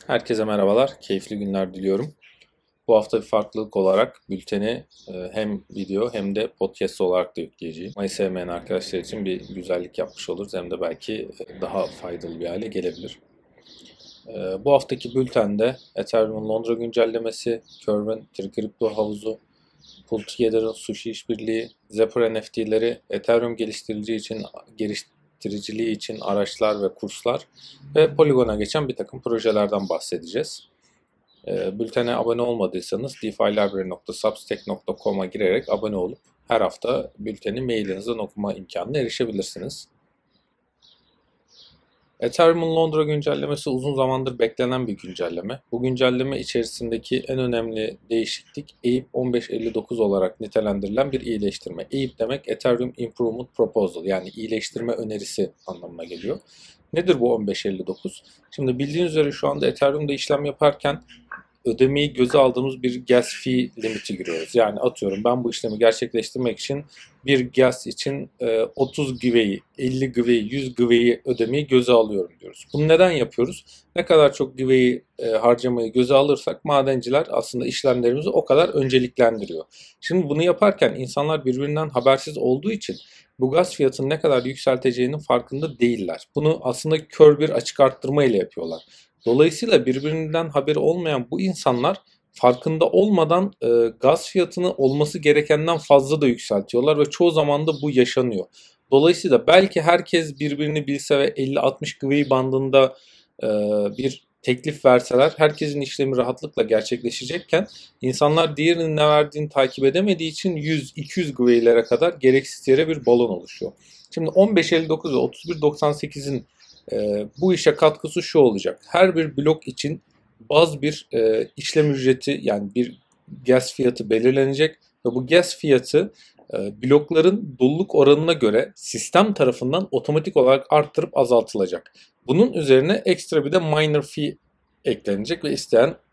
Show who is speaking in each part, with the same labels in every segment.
Speaker 1: Herkese merhabalar, keyifli günler diliyorum. Bu hafta bir farklılık olarak bülteni hem video hem de podcast olarak da yükleyeceğim. Mayı sevmeyen arkadaşlar için bir güzellik yapmış oluruz hem de belki daha faydalı bir hale gelebilir. Bu haftaki bültende Ethereum'un Londra güncellemesi, Curve'in Trikripto havuzu, Pull Together'ın Sushi işbirliği, Zapper NFT'leri, Ethereum geliştiriciliği için araçlar ve kurslar ve Polygon'a geçen bir takım projelerden bahsedeceğiz. Bültene abone olmadıysanız defilibrary.substack.com'a girerek abone olup her hafta bülteni mailinizden okuma imkanına erişebilirsiniz. Ethereum'un Londra güncellemesi uzun zamandır beklenen bir güncelleme. Bu güncelleme içerisindeki en önemli değişiklik EIP 1559 olarak nitelendirilen bir iyileştirme. EIP demek Ethereum Improvement Proposal, yani iyileştirme önerisi anlamına geliyor. Nedir bu 1559? Şimdi bildiğiniz üzere şu anda Ethereum'da işlem yaparken ödemeyi göze aldığımız bir gas fee limiti giriyoruz. Yani atıyorum ben bu işlemi gerçekleştirmek için bir gas için 30 güveyi, 50 güveyi, 100 güveyi ödemeyi göze alıyorum diyoruz. Bunu neden yapıyoruz? Ne kadar çok güveyi harcamayı göze alırsak madenciler aslında işlemlerimizi o kadar önceliklendiriyor. Şimdi bunu yaparken insanlar birbirinden habersiz olduğu için bu gaz fiyatını ne kadar yükselteceğinin farkında değiller. Bunu aslında kör bir açık arttırma ile yapıyorlar. Dolayısıyla birbirinden haberi olmayan bu insanlar farkında olmadan gaz fiyatını olması gerekenden fazla da yükseltiyorlar ve çoğu zaman da bu yaşanıyor. Dolayısıyla belki herkes birbirini bilse ve 50-60 gıvey bandında e, bir teklif verseler herkesin işlemi rahatlıkla gerçekleşecekken insanlar diğerinin ne verdiğini takip edemediği için 100-200 güveylere kadar gereksiz yere bir balon oluşuyor. Şimdi 15.59 ve 31.98'in bu işe katkısı şu olacak. Her bir blok için baz bir işlem ücreti, yani bir gas fiyatı belirlenecek ve bu gas fiyatı blokların doluluk oranına göre sistem tarafından otomatik olarak arttırıp azaltılacak. Bunun üzerine ekstra bir de miner fee eklenecek ve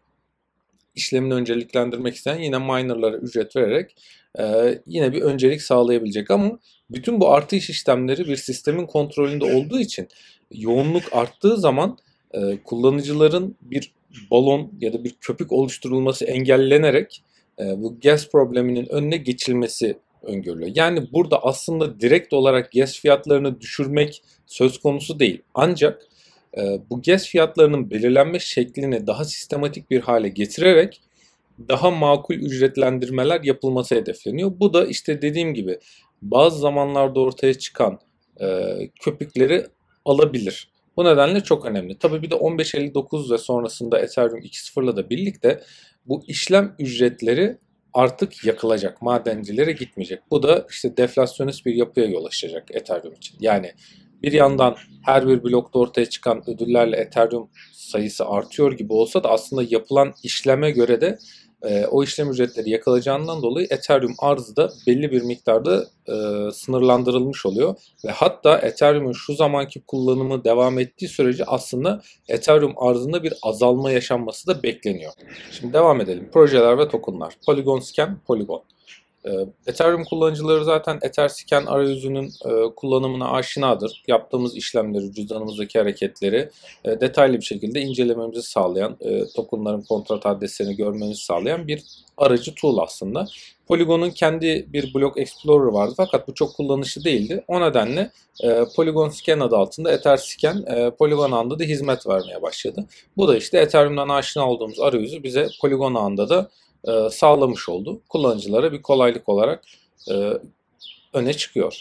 Speaker 1: işlemini önceliklendirmek isteyen yine minerlara ücret vererek yine bir öncelik sağlayabilecek. Ama bütün bu artış işlemleri bir sistemin kontrolünde olduğu için yoğunluk arttığı zaman kullanıcıların bir balon ya da bir köpük oluşturulması engellenerek bu gas probleminin önüne geçilmesi öngörülüyor. Yani burada aslında direkt olarak gas fiyatlarını düşürmek söz konusu değil. Ancak bu gas fiyatlarının belirlenme şeklini daha sistematik bir hale getirerek daha makul ücretlendirmeler yapılması hedefleniyor. Bu da işte dediğim gibi bazı zamanlarda ortaya çıkan köpükleri alabilir. Bu nedenle çok önemli. Tabii bir de 15.59 ve sonrasında Ethereum 2.0'la da birlikte bu işlem ücretleri artık yakılacak. Madencilere gitmeyecek. Bu da işte deflasyonist bir yapıya yol açacak Ethereum için. Yani bir yandan her bir blokta ortaya çıkan ödüllerle Ethereum sayısı artıyor gibi olsa da aslında yapılan işleme göre de o işlem ücretleri yakılacağından dolayı Ethereum arzı da belli bir miktarda sınırlandırılmış oluyor. Ve hatta Ethereum'un şu zamanki kullanımı devam ettiği sürece aslında Ethereum arzında bir azalma yaşanması da bekleniyor. Şimdi devam edelim. Projeler ve tokenlar. Polygon Scan, Polygon. Ethereum kullanıcıları zaten Etherscan arayüzünün kullanımına aşinadır. Yaptığımız işlemleri, cüzdanımızdaki hareketleri detaylı bir şekilde incelememizi sağlayan, tokenların kontrat adreslerini görmemizi sağlayan bir aracı tool aslında. Polygon'un kendi bir Block Explorer vardı fakat bu çok kullanışlı değildi. O nedenle Polygon Scan adı altında Etherscan Polygon ağında da hizmet vermeye başladı. Bu da işte Ethereum'dan aşina olduğumuz arayüzü bize Polygon ağında da sağlamış oldu. Kullanıcılara bir kolaylık olarak e, öne çıkıyor.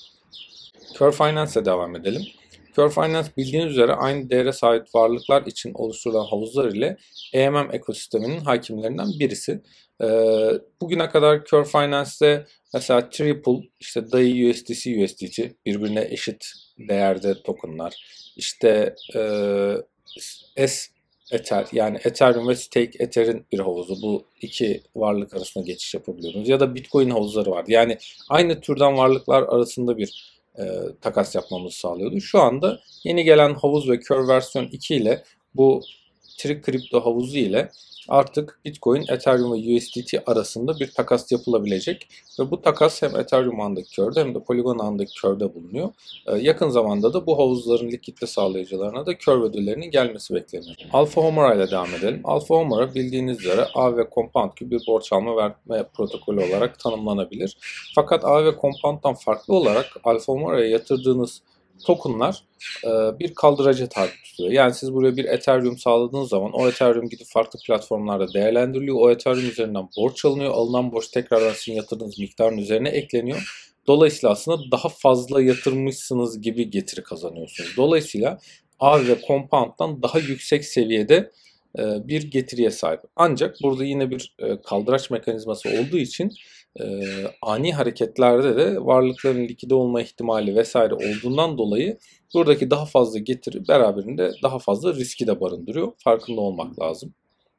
Speaker 1: Curve Finance'e devam edelim. Curve Finance bildiğiniz üzere aynı değere sahip varlıklar için oluşturulan havuzlar ile EMM ekosisteminin hakimlerinden birisi. Bugüne kadar Curve Finance'de mesela Triple, işte DAI USDC, USDT birbirine eşit değerde tokenlar. İşte S Ether, yani Ethereum ve Stake Ether'in bir havuzu. Bu iki varlık arasında geçiş yapabiliyorsunuz. Ya da Bitcoin havuzları vardı. Yani aynı türden varlıklar arasında bir takas yapmamızı sağlıyordu. Şu anda yeni gelen havuz ve Curve versiyon 2 ile bu Tri kripto havuzu ile artık Bitcoin, Ethereum ve USDT arasında bir takas yapılabilecek ve bu takas hem Ethereum ağındaki körde hem de Polygon ağındaki körde bulunuyor. Yakın zamanda da bu havuzların likitte sağlayıcılarına da kör ödüllerinin gelmesi bekleniyor. Alpha Homura ile devam edelim. Alpha Homura bildiğiniz üzere ağ ve compound gibi bir borç alma verme protokolü olarak tanımlanabilir. Fakat ağ ve compound'dan farklı olarak Alpha Homura'ya yatırdığınız tokenlar bir kaldıraca tabi tutuluyor. Yani siz buraya bir Ethereum sağladığınız zaman o Ethereum gidip farklı platformlarda değerlendiriliyor. O Ethereum üzerinden borç alınıyor. Alınan borç tekrardan sizin yatırdığınız miktarın üzerine ekleniyor. Dolayısıyla aslında daha fazla yatırmışsınız gibi getiri kazanıyorsunuz. Dolayısıyla ağ ve compound'dan daha yüksek seviyede bir getiriye sahip. Ancak burada yine bir kaldıraç mekanizması olduğu için ani hareketlerde de varlıkların likide olma ihtimali vesaire olduğundan dolayı buradaki daha fazla getiri beraberinde daha fazla riski de barındırıyor. Farkında olmak lazım.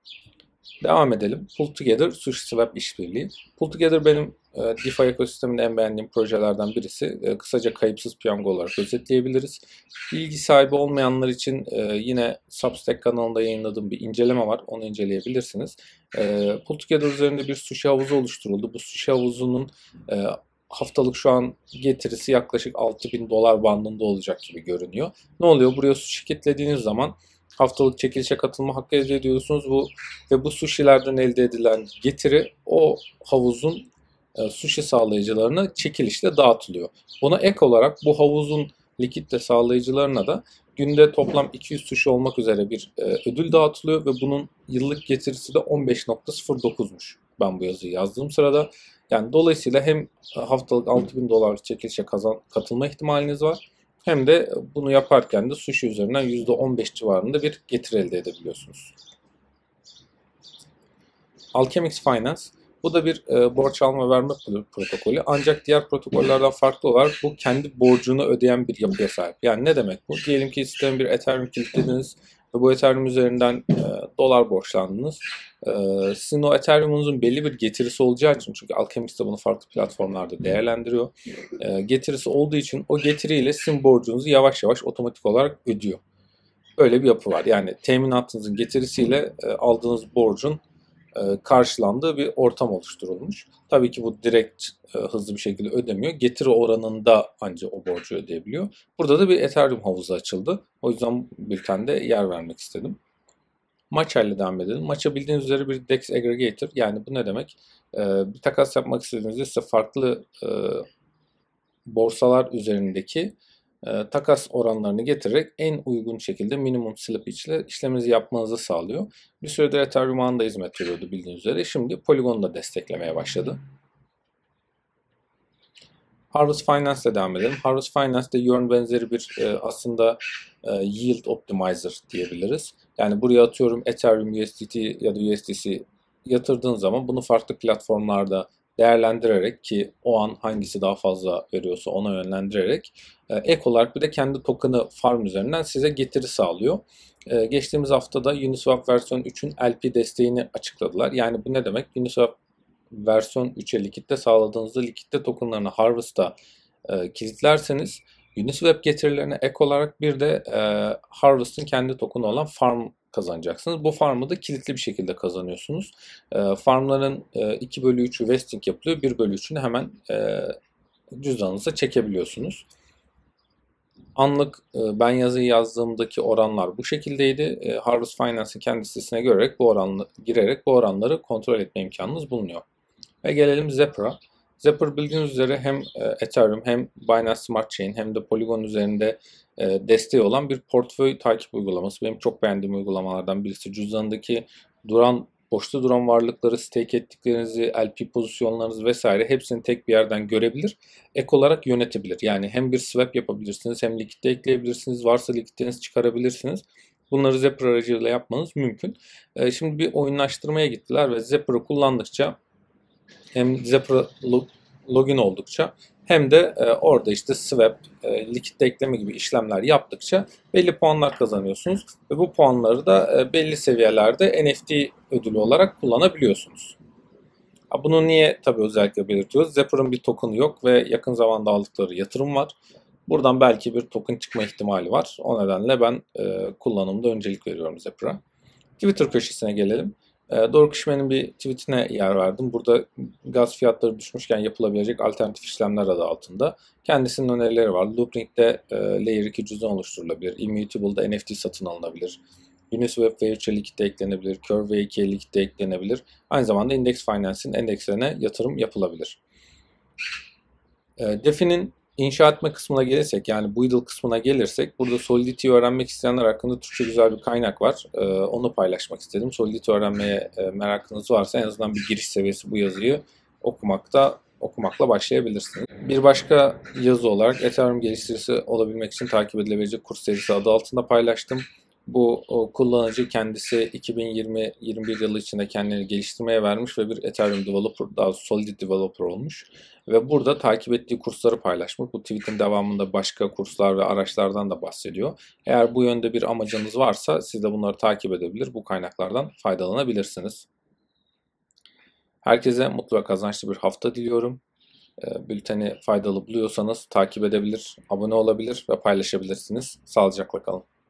Speaker 1: Devam edelim. Pull Together SushiSwap işbirliği. Pull Together benim DeFi ekosisteminde en beğendiğim projelerden birisi. Kısaca kayıpsız piyango olarak özetleyebiliriz. Bilgi sahibi olmayanlar için yine Substack kanalında yayınladığım bir inceleme var. Onu inceleyebilirsiniz. Pull Together üzerinde bir sushi havuzu oluşturuldu. Bu sushi havuzunun haftalık şu an getirisi yaklaşık $6.000 bandında olacak gibi görünüyor. Ne oluyor? Buraya sushi kitlediğiniz zaman haftalık çekilişe katılma hakkı elde ediyorsunuz. Ve bu sushi'lerden elde edilen getiri o havuzun sushi sağlayıcılarına çekilişle dağıtılıyor. Buna ek olarak bu havuzun likitte sağlayıcılarına da günde toplam 200 sushi olmak üzere bir ödül dağıtılıyor ve bunun yıllık getirisi de 15.09'muş ben bu yazıyı yazdığım sırada. Yani dolayısıyla hem haftalık $6.000 çekilişe katılma ihtimaliniz var, hem de bunu yaparken de sushi üzerinden %15 civarında bir getiri elde edebiliyorsunuz. Alchemix Finance. Bu da bir borç alma verme protokolü. Ancak diğer protokollerden farklı olarak bu kendi borcunu ödeyen bir yapıya sahip. Yani ne demek bu? Diyelim ki sisteme bir Ethereum kilitlediniz ve bu Ethereum üzerinden dolar borçlandınız. Sizin o Ethereum'unuzun belli bir getirisi olacağı için, çünkü Alchemix de bunu farklı platformlarda değerlendiriyor. Getirisi olduğu için o getiriyle sizin borcunuzu yavaş yavaş otomatik olarak ödüyor. Böyle bir yapı var. Yani teminatınızın getirisiyle aldığınız borcun karşılandığı bir ortam oluşturulmuş. Tabii ki bu direkt hızlı bir şekilde ödemiyor. Getiri oranında ancak o borcu ödeyebiliyor. Burada da bir Ethereum havuzu açıldı. O yüzden bültende yer vermek istedim. Matcha ile devam edelim. Matcha bildiğiniz üzere bir DEX aggregator. Yani bu ne demek? Bir takas yapmak istediğinizde size farklı borsalar üzerindeki takas oranlarını getirerek en uygun şekilde minimum slippage ile işleminizi yapmanızı sağlıyor. Bir süredir Ethereum ağında hizmet veriyordu bildiğiniz üzere. Şimdi Polygon'u da desteklemeye başladı. Harvest Finance ile devam edelim. Harvest Finance de Yearn benzeri bir aslında yield optimizer diyebiliriz. Yani buraya atıyorum Ethereum, USDT ya da USDC yatırdığın zaman bunu farklı platformlarda değerlendirerek, ki o an hangisi daha fazla veriyorsa ona yönlendirerek ek olarak bir de kendi token'ı farm üzerinden size getiri sağlıyor. Geçtiğimiz haftada Uniswap versiyon 3'ün LP desteğini açıkladılar. Yani bu ne demek? Uniswap versiyon 3'e likitte sağladığınızda likitte tokenlarını Harvest'a kilitlerseniz Uniswap getirilerine ek olarak bir de Harvest'ın kendi token'ı olan farm kazanacaksınız. Bu farmı da kilitli bir şekilde kazanıyorsunuz. Farmların 2/3'ü vesting yapılıyor. 1/3'ünü hemen cüzdanınıza çekebiliyorsunuz. Anlık ben yazıyı yazdığımdaki oranlar bu şekildeydi. Harvest Finance'ın kendi sitesine girerek bu oranları kontrol etme imkanınız bulunuyor. Ve gelelim Zepra. Zepra bildiğiniz üzere hem Ethereum hem Binance Smart Chain hem de Polygon üzerinde desteği olan bir portföy takip uygulaması. Benim çok beğendiğim uygulamalardan birisi. Cüzdanındaki boşta duran varlıkları, stake ettiklerinizi, LP pozisyonlarınızı vesaire hepsini tek bir yerden görebilir. Ek olarak yönetebilir. Yani hem bir swap yapabilirsiniz hem likitte ekleyebilirsiniz. Varsa likiditenizi çıkarabilirsiniz. Bunları Zepra aracılığıyla yapmanız mümkün. Şimdi bir oyunlaştırmaya gittiler ve Zepra kullandıkça, hem Zepra login oldukça hem de orada işte swap, likitte ekleme gibi işlemler yaptıkça belli puanlar kazanıyorsunuz ve bu puanları da belli seviyelerde NFT ödülü olarak kullanabiliyorsunuz. Bunu niye tabii özellikle belirtiyoruz? Zepra'nın bir token'ı yok ve yakın zamanda aldıkları yatırım var. Buradan belki bir token çıkma ihtimali var. O nedenle ben kullanımda öncelik veriyorum Zepra. Twitter köşesine gelelim. Doruk İşmen'in bir tweetine yer verdim. Burada gaz fiyatları düşmüşken yapılabilecek alternatif işlemler adı altında. Kendisinin önerileri var. Loopring'de Layer 2 cüzdan oluşturulabilir. Immutable'da NFT satın alınabilir. Uniswap Virtual Liquid'de eklenebilir. Curve V2 Liquid'de eklenebilir. Aynı zamanda Index Finance'in endekslerine yatırım yapılabilir. DeFi'nin inşa etme kısmına gelirsek, yani Buidl kısmına gelirsek, burada Solidity'yi öğrenmek isteyenler hakkında Türkçe güzel bir kaynak var. Onu paylaşmak istedim. Solidity öğrenmeye merakınız varsa en azından bir giriş seviyesi bu yazıyı okumakla başlayabilirsiniz. Bir başka yazı olarak Ethereum geliştiricisi olabilmek için takip edilebilecek kurs serisi adı altında paylaştım. Bu kullanıcı kendisi 2020-21 yılı içinde kendini geliştirmeye vermiş ve bir Ethereum developer, daha Solidity developer olmuş. Ve burada takip ettiği kursları paylaşmış. Bu tweet'in devamında başka kurslar ve araçlardan da bahsediyor. Eğer bu yönde bir amacınız varsa siz de bunları takip edebilir, bu kaynaklardan faydalanabilirsiniz. Herkese mutlu ve kazançlı bir hafta diliyorum. Bülteni faydalı buluyorsanız takip edebilir, abone olabilir ve paylaşabilirsiniz. Sağlıcakla kalın.